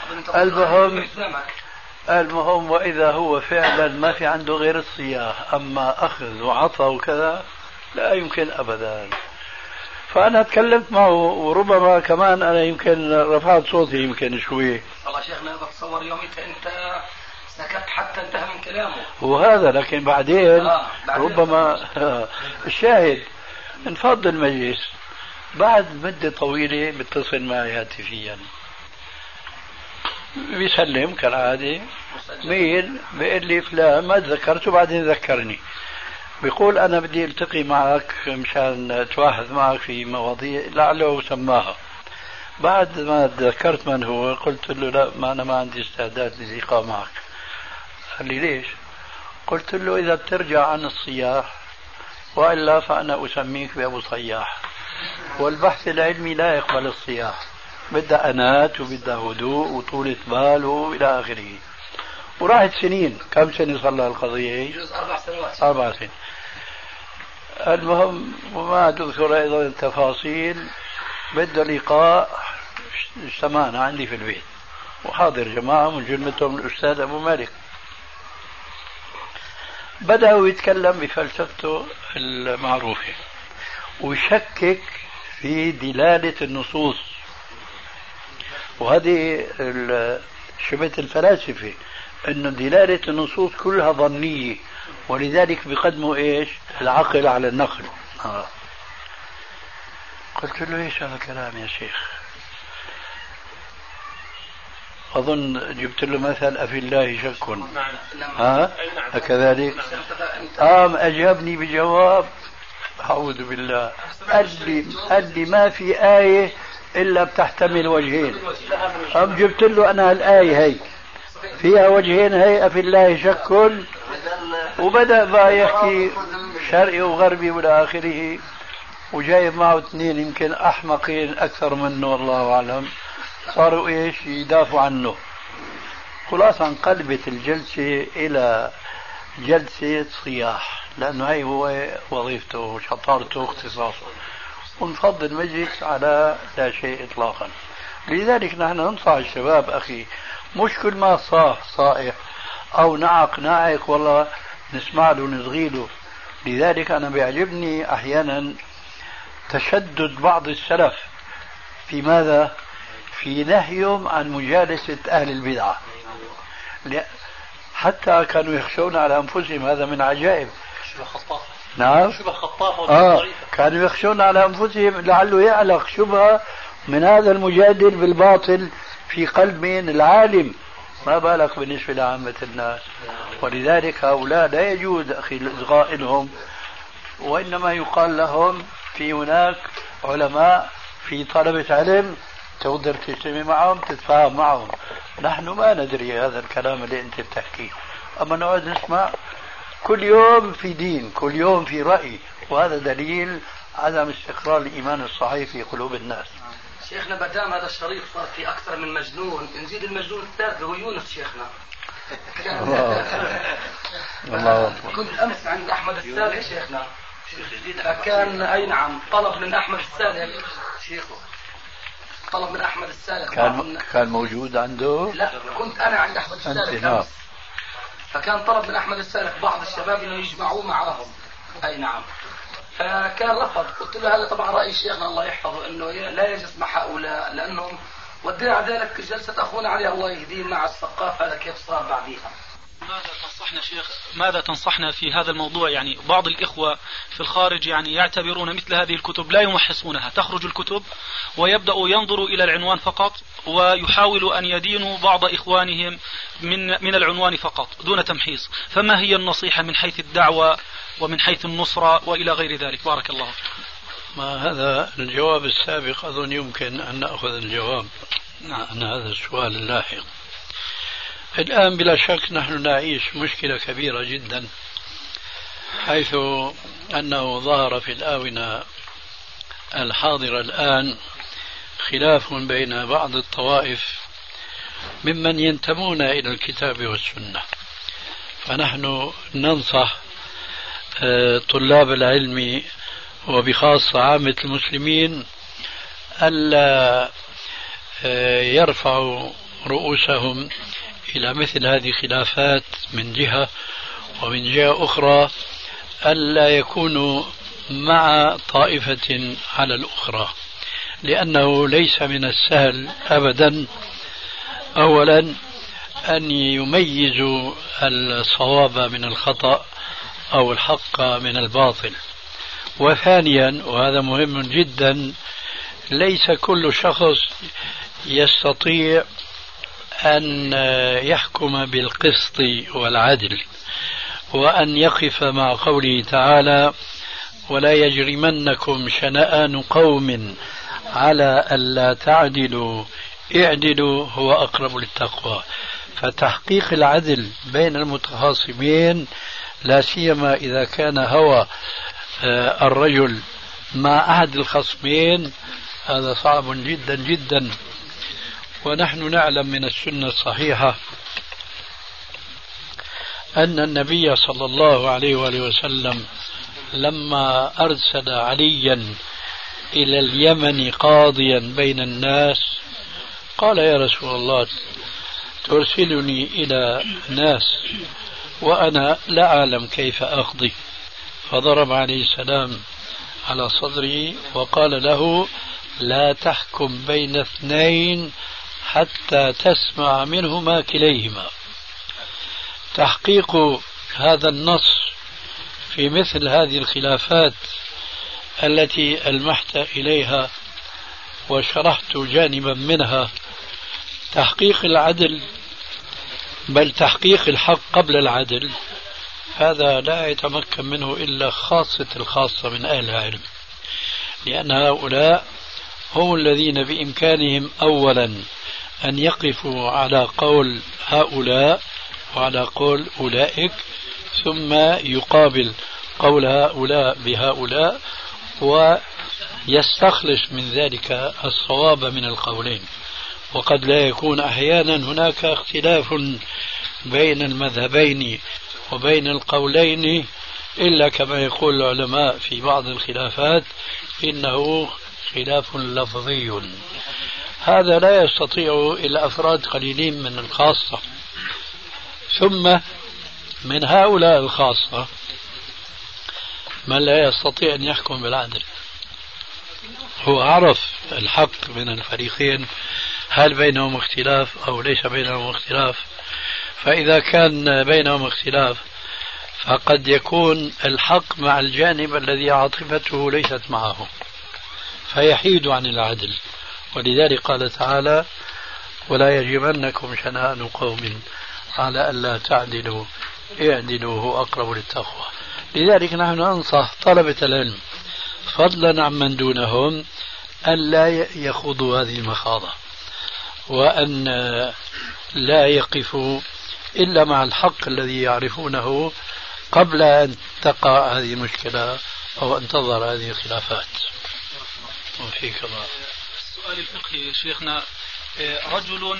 المهم وإذا هو فعلا ما في عنده غير الصياح، أما أخذ وعطى وكذا لا يمكن أبدا. فأنا تكلمت معه وربما كمان أنا يمكن رفعت صوتي يمكن شوي. والله شيخنا بتصور يوميتها أنت سكت حتى انتهى من كلامه وهذا، لكن بعدين ربما الشاهد انفض المجلس بعد مدة طويلة بيتصل معي هاتفيا بيسلم كالعادة، مين بيقول لي فلان ما تذكرته، بعدين ذكرني بيقول أنا بدي التقي معك مشان أتواحد معك في مواضيع لعله سماها. بعد ما تذكرت من هو قلت له لا، ما أنا ما عندي استعداد للقاء معك. قال لي ليش؟ قلت له إذا بترجع عن الصياح وإلا فأنا أسميك بأبو صياح، والبحث العلمي لا يقبل الصياح، بدها أنات وبدها هدوء وطولة بال وإلى آخره. وراحت سنين. كم سنة صار لها القضية؟ يجوز 4 سنوات. 4 سنين. المهم وما تذكر أيضا التفاصيل. بده لقاء، اجتمعنا عندي في البيت وحاضر جماعة من جملتهم الأستاذ أبو مالك. بدأ يتكلم بفلسفته المعروفة ويشكك في دلالة النصوص، وهذه شبهة الفلاسفة أن دلالة النصوص كلها ظنية، ولذلك بيقدموا إيش؟ العقل على النقل. قلت له إيش هذا الكلام يا شيخ؟ أظن جبت له مثل أفي الله شك. كذلك أجابني بجواب أعوذ بالله، قال لي ما في آية إلا بتحتمل وجهين. جبت له أنا الآية هي فيها وجهين، هي أفي الله شك، وبدأ بقى يحكي شرقي وغربي والى آخره، وجايب معه اثنين يمكن أحمقين أكثر منه والله أعلم، صاروا إيش يدافعوا عنه. خلاصة انقلبت الجلسة إلى جلسة صياح، لأنه هي هو وظيفته وشطارته واختصاصه، ونفضل المجلس على لا شيء إطلاقا. لذلك نحن ننصح الشباب أخي، مش كل ما صائح أو نعق والله نسمع له ونصغي له. لذلك أنا بيعجبني أحيانا تشدد بعض السلف في ماذا؟ في نهيهم عن مجالسة أهل البدعة، حتى كانوا يخشون على أنفسهم. هذا من عجائب. شبه خطاف. نعم شبه خطاف. كانوا يخشون على أنفسهم لعله يعلق شبهة من هذا المجادل بالباطل في قلب من العالم، ما بالك بالنسبة لعامة الناس. ولذلك هؤلاء لا يجوز أخي الإصغاء لهم، وإنما يقال لهم في هناك علماء في طلبة علم تقدر تجتمع معهم تتفاهم معهم. نحن ما ندري هذا الكلام اللي أنت بتحكيه، أما نقعد نسمع كل يوم في دين، كل يوم في رأي، وهذا دليل عدم استقرار الإيمان الصحيح في قلوب الناس. شيخنا بدام هذا الشريط صار في أكثر من مجنون، نزيد المجنون الثالث هو يونس شيخنا. الله كنت أمس عند أحمد السالح شيخنا، كان أي نعم طلب من أحمد السالح شيخه، طلب من أحمد السالح كان موجود عنده؟ لا، كنت أنا عند أحمد السالح، فكان طلب من أحمد السالح بعض الشباب إنه يجمعوه معهم. أي نعم. فكان رفض. قلت له هذا طبعا رأي شيخنا الله يحفظه إنه لا يجلس مع هؤلاء، لأنهم ودينا ذلك جلسة أخونا علي الله يهديه مع الثقاف. هذا كيف صار بعديها. ماذا تنصحنا شيخ؟ ماذا تنصحنا في هذا الموضوع؟ يعني بعض الإخوة في الخارج يعني يعتبرون مثل هذه الكتب لا يمحصونها، تخرج الكتب ويبدأوا ينظروا إلى العنوان فقط، ويحاولوا أن يدينوا بعض إخوانهم من العنوان فقط دون تمحيص. فما هي النصيحة من حيث الدعوة ومن حيث النصرة وإلى غير ذلك؟ بارك الله فيك. ما هذا الجواب السابق أظن يمكن أن نأخذ الجواب عن هذا السؤال اللاحق. الآن بلا شك نحن نعيش مشكلة كبيرة جدا، حيث أنه ظهر في الآونة الحاضرة الآن خلاف بين بعض الطوائف ممن ينتمون إلى الكتاب والسنة. فنحن ننصح طلاب العلم وبخاصة عامة المسلمين ألا يرفعوا رؤوسهم إلى مثل هذه الخلافات من جهة، ومن جهة أخرى ألا يكونوا مع طائفة على الأخرى، لأنه ليس من السهل أبدا أولا أن يميزوا الصواب من الخطأ أو الحق من الباطل، وثانيا وهذا مهم جدا ليس كل شخص يستطيع أن يحكم بالقسط والعدل، وأن يقف مع قوله تعالى ولا يجرمنكم شنآن قوم على ألا تعدلوا اعدلوا هو أقرب للتقوى. فتحقيق العدل بين المتخاصمين لا سيما إذا كان هوى الرجل مع أحد الخصمين هذا صعب جدا جدا. ونحن نعلم من السنة الصحيحة أن النبي صلى الله عليه وآله وسلم لما أرسل عليا إلى اليمن قاضيا بين الناس قال يا رسول الله ترسلني إلى ناس وأنا لا أعلم كيف أقضي. فضرب عليه السلام على صدره وقال له لا تحكم بين اثنين حتى تسمع منهما كليهما. تحقيق هذا النص في مثل هذه الخلافات التي ألمحت إليها وشرحت جانبا منها، تحقيق العدل بل تحقيق الحق قبل العدل، هذا لا يتمكن منه إلا خاصة الخاصة من أهل العلم، لأن هؤلاء هم الذين بإمكانهم أولا أن يقفوا على قول هؤلاء وعلى قول أولئك، ثم يقابل قول هؤلاء بهؤلاء ويستخلص من ذلك الصواب من القولين. وقد لا يكون أحيانا هناك اختلاف بين المذهبين وبين القولين إلا كما يقول العلماء في بعض الخلافات إنه خلاف لفظي. هذا لا يستطيع إلا أفراد قليلين من الخاصة. ثم من هؤلاء الخاصة من لا يستطيع أن يحكم بالعدل، هو عرف الحق من الفريقين هل بينهم اختلاف أو ليس بينهم اختلاف. فإذا كان بينهم اختلاف فقد يكون الحق مع الجانب الذي عاطفته ليست معه فيحيد عن العدل. ولذلك قال تعالى ولا يجرمنكم شنآن قوم على ألا تعدلوا اعدلوا هو أقرب للتقوى. لذلك نحن ننصح طلبة العلم فضلا عمن دونهم أن لا يخوضوا هذه المخاضة، وأن لا يقفوا إلا مع الحق الذي يعرفونه قبل أن تقع هذه المشكلة أو أن تظهر هذه الخلافات. وفيك الله. السؤال الفقهي شيخنا، رجل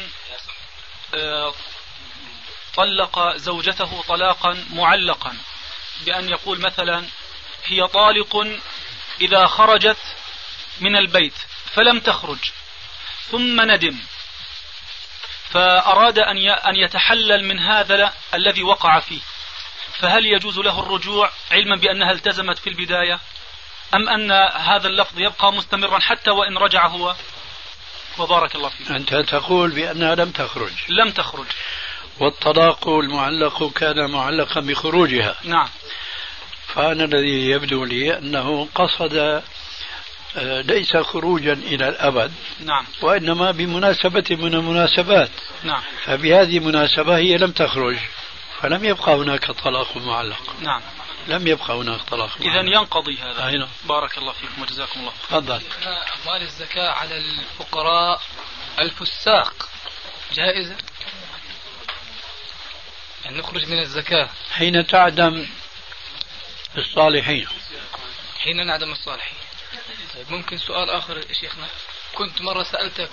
طلق زوجته طلاقا معلقا بأن يقول مثلا هي طالق إذا خرجت من البيت فلم تخرج ثم ندم فأراد أن يتحلل من هذا الذي وقع فيه، فهل يجوز له الرجوع علما بأنها التزمت في البداية، أم أن هذا اللفظ يبقى مستمرا حتى وإن رجع هو؟ وبارك الله فيك. أنت تقول بأنها لم تخرج. لم تخرج، والطلاق المعلق كان معلقا بخروجها. نعم. فأنا الذي يبدو لي أنه قصد ليس خروجا إلى الأبد، نعم، وإنما بمناسبة من المناسبات، نعم، فبهذه المناسبة هي لم تخرج فلم يبقى هناك طلاق معلق. نعم، لم يبقى هناك طلاق معلق. إذن ينقضي هذا. أينا. بارك الله فيكم وجزاكم الله. تفضل. أموال الزكاة على الفقراء الفساق جائزة؟ يعني نخرج من الزكاة حين تعدم الصالحين. حين نعدم الصالحين. طيب ممكن سؤال آخر يا شيخنا؟ كنت مرة سألتك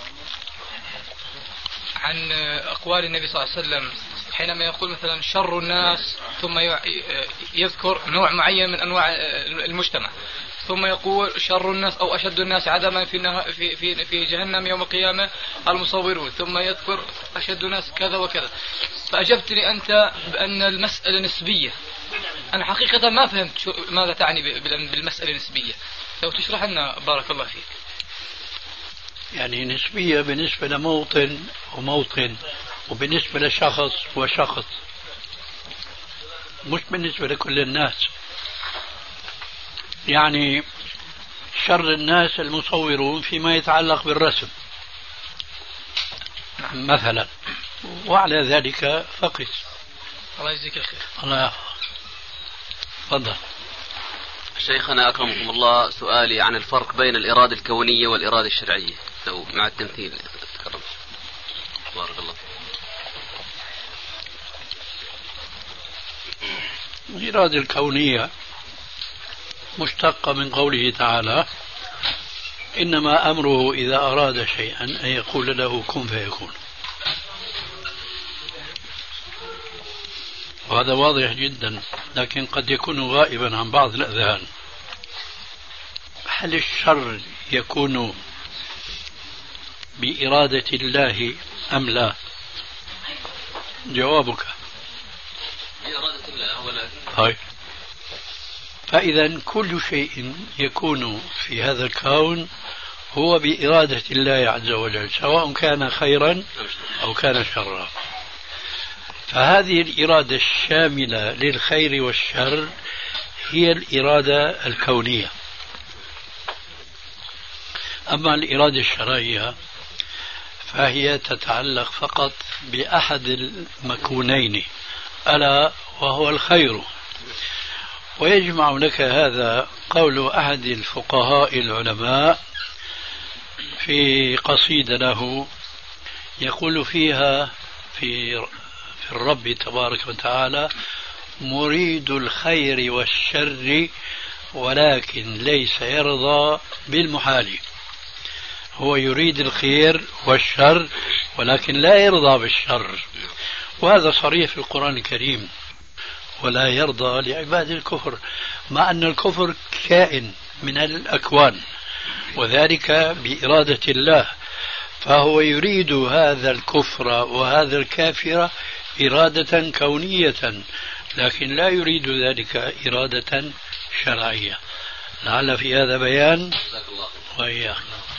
عن أقوال النبي صلى الله عليه وسلم حينما يقول مثلا شر الناس ثم يذكر نوع معين من أنواع المجتمع، ثم يقول شر الناس أو أشد الناس عذابا في جهنم يوم القيامة المصورون، ثم يذكر أشد الناس كذا وكذا. فأجبتني أنت بأن المسألة نسبية. أنا حقيقة ما فهمت ماذا تعني بالمسألة النسبية، لو تشرح لنا بارك الله فيك. يعني نسبية بالنسبة لموطن وموطن، وبالنسبة لشخص وشخص، مش بالنسبة لكل الناس. يعني شر الناس المصورون فيما يتعلق بالرسم مثلا، وعلى ذلك فقس. الله يجزيك الخير. الله يحفظك. تفضل. شيخنا أكرمكم الله، سؤالي عن الفرق بين الإرادة الكونية والإرادة الشرعية لو مع التمثيل تكرم. بارك الله. الإرادة الكونية مشتقة من قوله تعالى إنما أمره إذا أراد شيئا أن يقول له كن فيكون، وهذا واضح جدا، لكن قد يكون غائبا عن بعض الأذهان. هل الشر يكون بإرادة الله أم لا؟ جوابك بإرادة طيب، فإذا كل شيء يكون في هذا الكون هو بإرادة الله عز وجل، سواء كان خيرا أو كان شرا. فهذه الإرادة الشاملة للخير والشر هي الإرادة الكونية. أما الإرادة الشرعية فهي تتعلق فقط بأحد المكونين، ألا وهو الخير. ويجمع لك هذا قول أحد الفقهاء العلماء في قصيدة له يقول فيها في الرب تبارك وتعالى: مريد الخير والشر ولكن ليس يرضى بالمحال. هو يريد الخير والشر ولكن لا يرضى بالشر، وهذا صريح في القرآن الكريم: ولا يرضى لعباد الكفر، مع أن الكفر كائن من الأكوان وذلك بإرادة الله، فهو يريد هذا الكفر وهذا الكافر إرادة كونية، لكن لا يريد ذلك إرادة شرعية. لعل في هذا بيان. وإياك.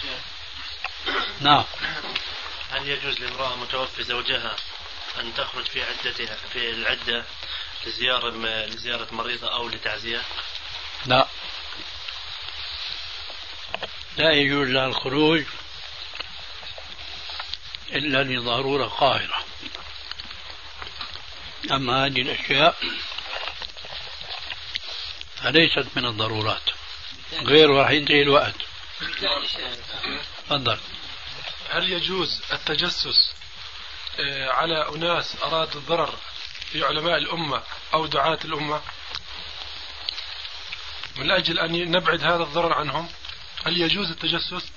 نعم. هل يجوز لامرأة متوفي زوجها أن تخرج في عدتها في العدة لزيارة مريضة أو لتعزية؟ لا، لا يجوز لها الخروج إلا لضرورة قاهرة. أما هذه الأشياء فليست من الضرورات، غير راح ينتهي الوقت. تفضل. هل يجوز التجسس على أناس أرادوا الضرر في علماء الأمة أو دعاة الأمة من أجل أن نبعد هذا الضرر عنهم؟ هل يجوز التجسس؟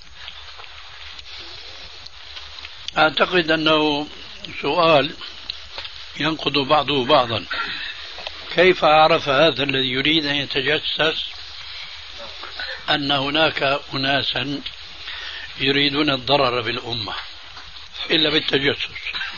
أعتقد أنه سؤال ينقض بعضه بعضا. كيف عرف هذا الذي يريد أن يتجسس أن هناك أناسا يريدون الضرر بالأمة إلا بالتجسس؟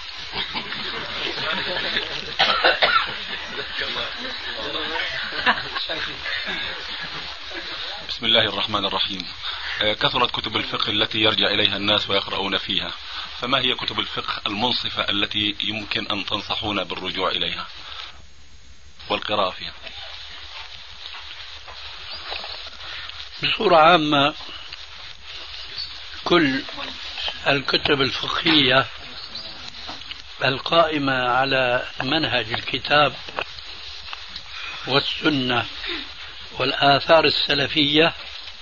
بسم الله الرحمن الرحيم. كثرت كتب الفقه التي يرجع إليها الناس ويقرؤون فيها، فما هي كتب الفقه المنصفة التي يمكن أن تنصحون بالرجوع إليها والقراءة فيها؟ بصورة عامة كل الكتب الفقهية القائمة على منهج الكتاب والسنة والآثار السلفية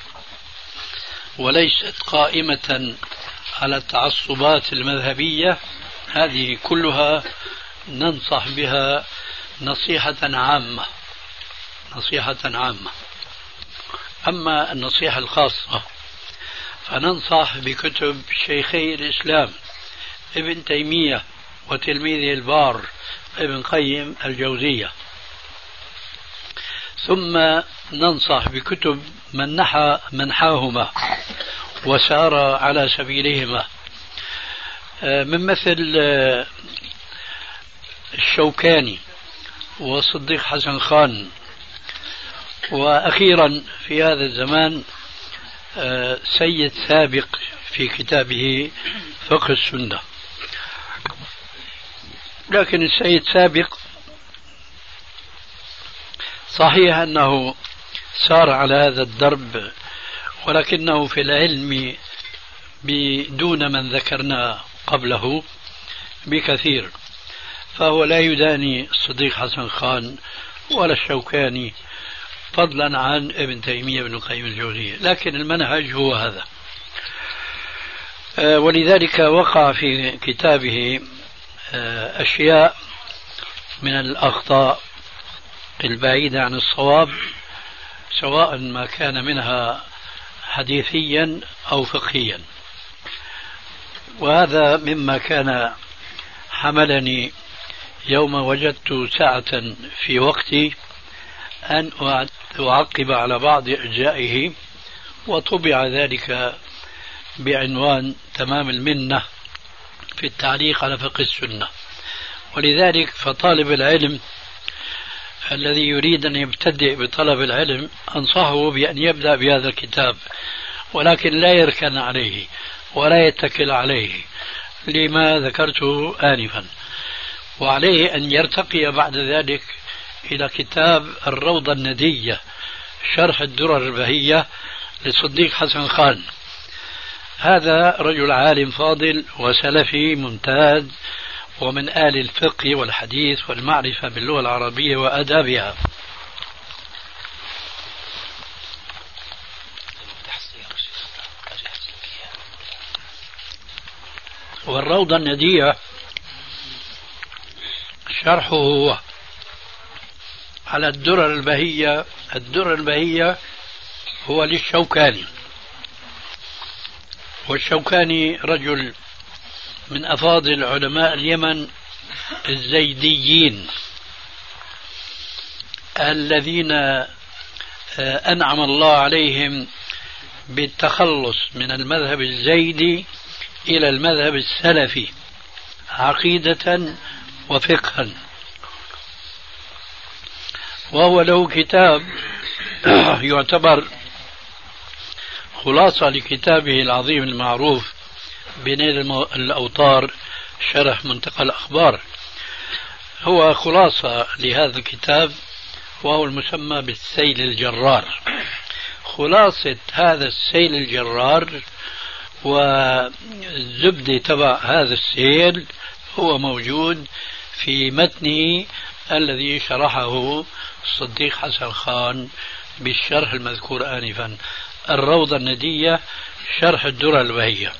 وليست قائمة على التعصبات المذهبية، هذه كلها ننصح بها نصيحة عامة. أما النصيحة الخاصة فننصح بكتب شيخي الإسلام ابن تيمية وتلميذه البار ابن قيم الجوزية، ثم ننصح بكتب من نحى منحاهما وسار على سبيلهما، من مثل الشوكاني وصديق حسن خان، وأخيرا في هذا الزمان سيد سابق في كتابه فقه السنة. لكن السيد سابق صحيح أنه سار على هذا الدرب، ولكنه في العلم بدون من ذكرنا قبله بكثير، فهو لا يداني الصديق حسن خان ولا الشوكاني فضلا عن ابن تيمية بن قيم الجوزية، لكن المنهج هو هذا. ولذلك وقع في كتابه أشياء من الأخطاء البعيدة عن الصواب، سواء ما كان منها حديثيا أو فقهيا، وهذا مما كان حملني يوم وجدت ساعة في وقتي أن أعقب على بعض أجزائه، وطبع ذلك بعنوان تمام المنة في التعليق على فقه السنة. ولذلك فطالب العلم الذي يريد أن يبتدئ بطلب العلم أنصحه بأن يبدأ بهذا الكتاب، ولكن لا يركن عليه ولا يتكل عليه لما ذكرته آنفا، وعليه أن يرتقي بعد ذلك إلى كتاب الروضة الندية شرح الدرر البهية للصديق حسن خان. هذا رجل عالم فاضل وسلفي ممتاز، ومن آل الفقه والحديث والمعرفة باللغة العربية وآدابها. والروضة الندية شرحه هو على الدرر البهية. الدرر البهية هو للشوكاني، والشوكاني رجل من أفاضل علماء اليمن الزيديين الذين أنعم الله عليهم بالتخلص من المذهب الزيدي إلى المذهب السلفي عقيدة وفقها. وهو له كتاب يعتبر خلاصة لكتابه العظيم المعروف بنيل الأوطار شرح منتقى الأخبار. هو خلاصة لهذا الكتاب وهو المسمى بالسيل الجرار. خلاصة هذا السيل الجرار والزبدة تبع هذا السيل هو موجود في متنه الذي شرحه الصديق حسن خان بالشرح المذكور آنفا، الروضة الندية شرح الدرر البهية.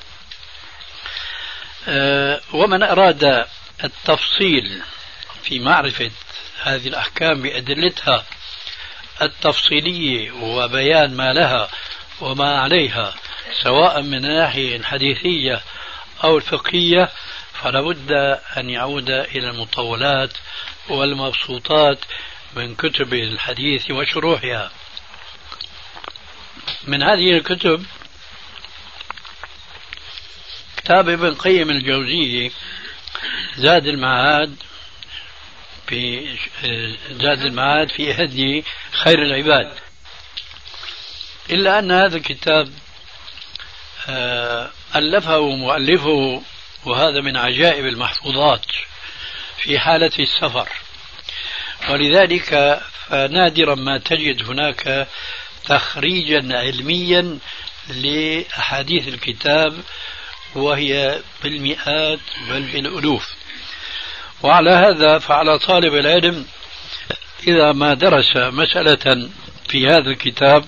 ومن أراد التفصيل في معرفة هذه الأحكام بأدلتها التفصيلية وبيان ما لها وما عليها سواء من الناحية الحديثية أو الفقهية، فلا بد أن يعود إلى المطولات والمبسوطات من كتب الحديث وشروحها. من هذه الكتب كتاب ابن قيم الجوزية زاد المعاد في هدي خير العباد، إلا أن هذا الكتاب ألفه مؤلفه وهذا من عجائب المحفوظات في حالة السفر، ولذلك فنادرا ما تجد هناك تخريجا علميا لأحاديث الكتاب، وهي بالمئات بل بالألوف. وعلى هذا فعلى طالب العلم إذا ما درس مسألة في هذا الكتاب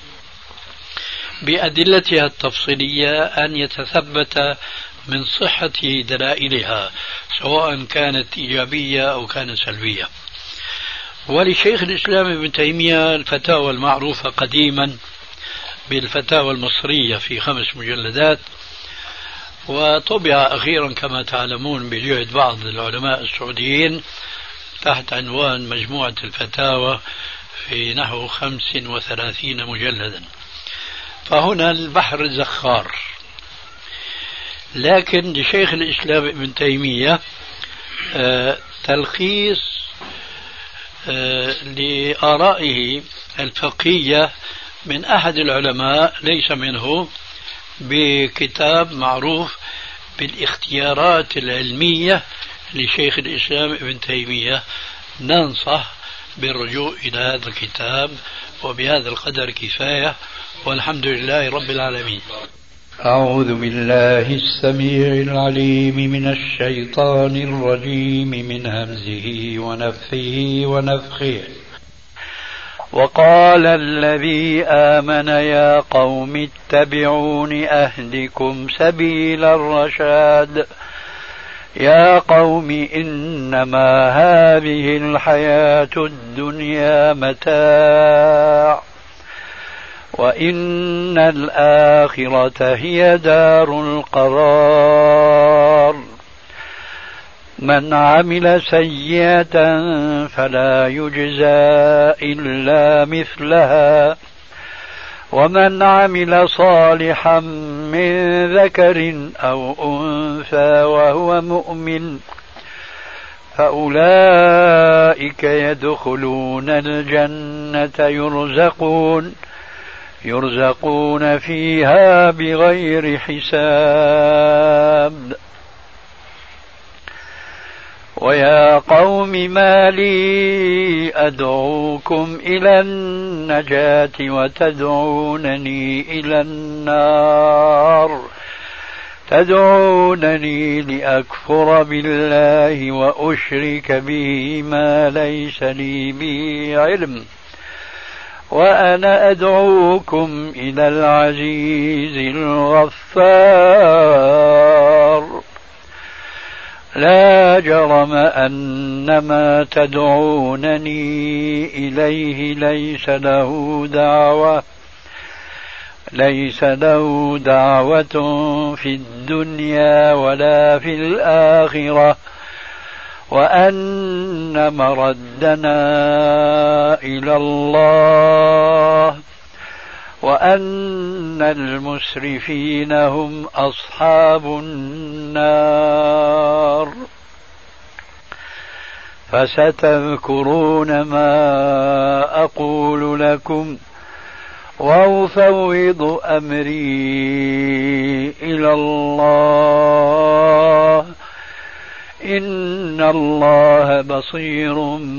بأدلتها التفصيلية أن يتثبت من صحة دلائلها سواء كانت إيجابية أو كانت سلبية. ولشيخ الإسلام ابن تيمية الفتاوى المعروفة قديما بالفتاوى المصرية في 5 مجلدات، وطبع أخيرا كما تعلمون بجهد بعض العلماء السعوديين تحت عنوان مجموعة الفتاوى في نحو 35 مجلدا. فهنا البحر زخار. لكن لشيخ الإسلام ابن تيمية تلخيص لآرائه الفقهية من أحد العلماء ليس منه، بكتاب معروف بالاختيارات العلمية لشيخ الإسلام ابن تيمية. ننصح بالرجوع إلى هذا الكتاب، وبهذا القدر كفاية، والحمد لله رب العالمين. أعوذ بالله السميع العليم من الشيطان الرجيم من همزه ونفخه ونفخه. وقال الذي آمن يا قوم اتبعون أهدكم سبيل الرشاد يا قوم إنما هذه الحياة الدنيا متاع وإن الآخرة هي دار القرار من عمل سيئة فلا يجزى إلا مثلها ومن عمل صالحا من ذكر أو أنثى وهو مؤمن فأولئك يدخلون الجنة يرزقون فيها بغير حساب. ويا قوم ما لي أدعوكم إلى النجاة وتدعونني إلى النار، تدعونني لأكفر بالله وأشرك به ما ليس لي به علم، وأنا أدعوكم إلى العزيز الغفار. لا جرم أن ما تدعونني إليه ليس له دعوة في الدنيا ولا في الآخرة، وأن مردنا إلى الله، وأن المسرفين هم أصحاب النار. فستذكرون ما أقول لكم وأفوض أمري إلى الله، إن الله بصير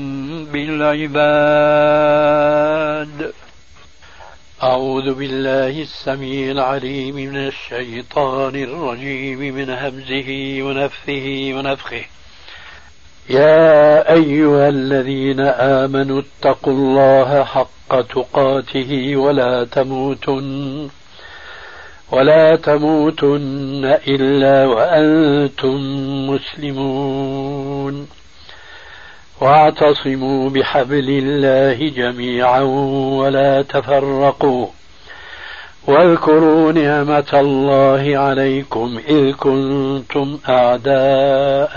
بالعباد. أعوذ بالله السميع العليم من الشيطان الرجيم، من همزه ونفثه ونفخه. يا أيها الذين آمنوا اتقوا الله حق تقاته ولا تموتن إلا وأنتم مسلمون، واعتصموا بحبل الله جميعا ولا تفرقوا، واذكروا نعمة الله عليكم إذ كنتم أعداء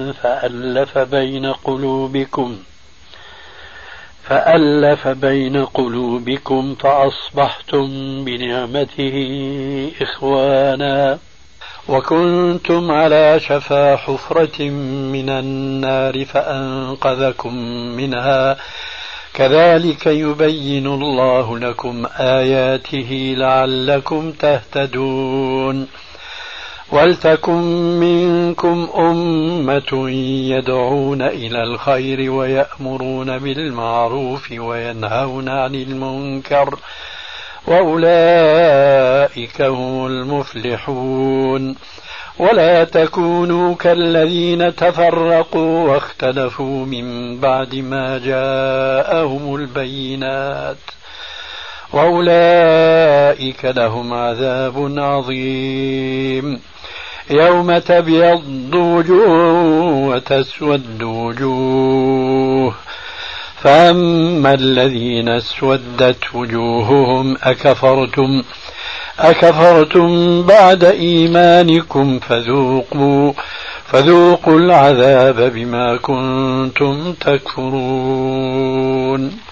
فألف بين قلوبكم فأصبحتم بنعمته إخوانا، وكنتم على شفا حفرة من النار فأنقذكم منها، كذلك يبين الله لكم آياته لعلكم تهتدون. ولتكن منكم أمة يدعون إلى الخير ويأمرون بالمعروف وينهون عن المنكر، وأولئك هم المفلحون. ولا تكونوا كالذين تفرقوا واختلفوا من بعد ما جاءهم البينات، وأولئك لهم عذاب عظيم. يوم تبيض وجوه وتسود وجوه، فأما الذين اسودت وجوههم أكفرتم بعد إيمانكم فذوقوا العذاب بما كنتم تكفرون.